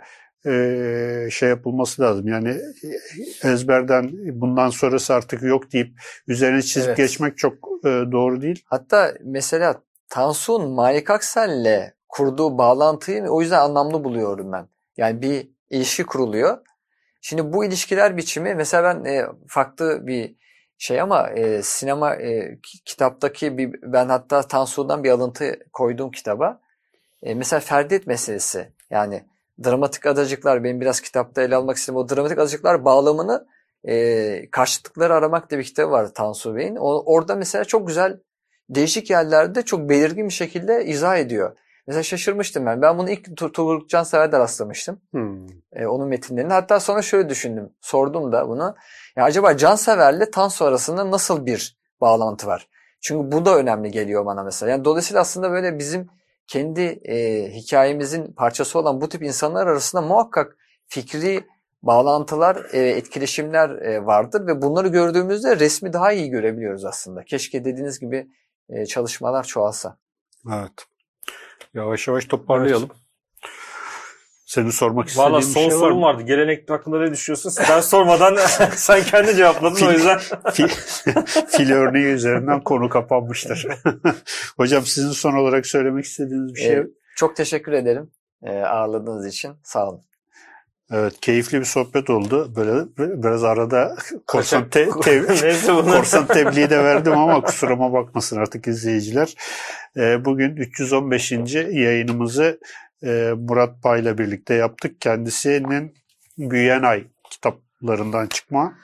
Ee, şey yapılması lazım. Yani ezberden bundan sonrası artık yok deyip üzerine çizip Evet. geçmek çok e, doğru değil. Hatta mesela Tansu'nun Malik Aksel'le kurduğu bağlantıyı o yüzden anlamlı buluyorum ben. Yani bir ilişki kuruluyor. Şimdi bu ilişkiler biçimi mesela ben e, farklı bir şey ama e, sinema e, kitaptaki bir ben hatta Tansu'dan bir alıntı koyduğum kitaba. E, mesela Ferdiyet meselesi yani dramatik adacıklar benim biraz kitapta ele almak istediğim o dramatik adacıklar bağlamını e, karşıtlıkları aramak diye bir kitabı var Tansu Bey'in. O, orada mesela çok güzel değişik yerlerde çok belirgin bir şekilde izah ediyor. Mesela şaşırmıştım ben. Ben bunu ilk Tu- Tuğrul Cansever'de rastlamıştım. Hmm. E, onun metinlerini. Hatta sonra şöyle düşündüm. Sordum da bunu. Ya acaba Cansever'le Tansu arasında nasıl bir bağlantı var? Çünkü bu da önemli geliyor bana mesela. Yani dolayısıyla aslında böyle bizim kendi e, hikayemizin parçası olan bu tip insanlar arasında muhakkak fikri bağlantılar, e, etkileşimler e, vardır ve bunları gördüğümüzde resmi daha iyi görebiliyoruz aslında. Keşke dediğiniz gibi e, çalışmalar çoğalsa. Evet. Yavaş yavaş toparlayalım. Evet. Senin sormak istediğin Vallahi bir şey var mı? son sorum vardı. Gelenek hakkında ne düşünüyorsun? Ben sormadan sen kendi cevapladın fil, o yüzden. Fil, fil örneği üzerinden konu kapanmıştır. Hocam sizin son olarak söylemek istediğiniz bir şey? Ee, çok teşekkür ederim ee, ağırladığınız için. Sağ olun. Evet, keyifli bir sohbet oldu. Böyle biraz arada korsan, te, te, korsan tebliği de verdim ama kusuruma bakmasın artık izleyiciler. Ee, bugün üç yüz on beşinci yayınımızı e, Murat Pay'la birlikte yaptık. Kendisinin Büyüyen Ay kitaplarından çıkma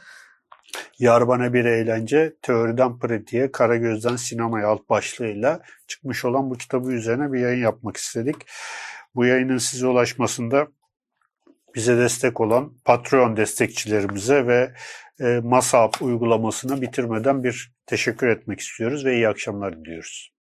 Yar Bana Bir Eğlence, Teoriden Pratiğe, Karagöz'den Sinemaya alt başlığıyla çıkmış olan bu kitabı üzerine bir yayın yapmak istedik. Bu yayının size ulaşmasında bize destek olan Patreon destekçilerimize ve e, Masap uygulamasını bitirmeden bir teşekkür etmek istiyoruz ve iyi akşamlar diliyoruz.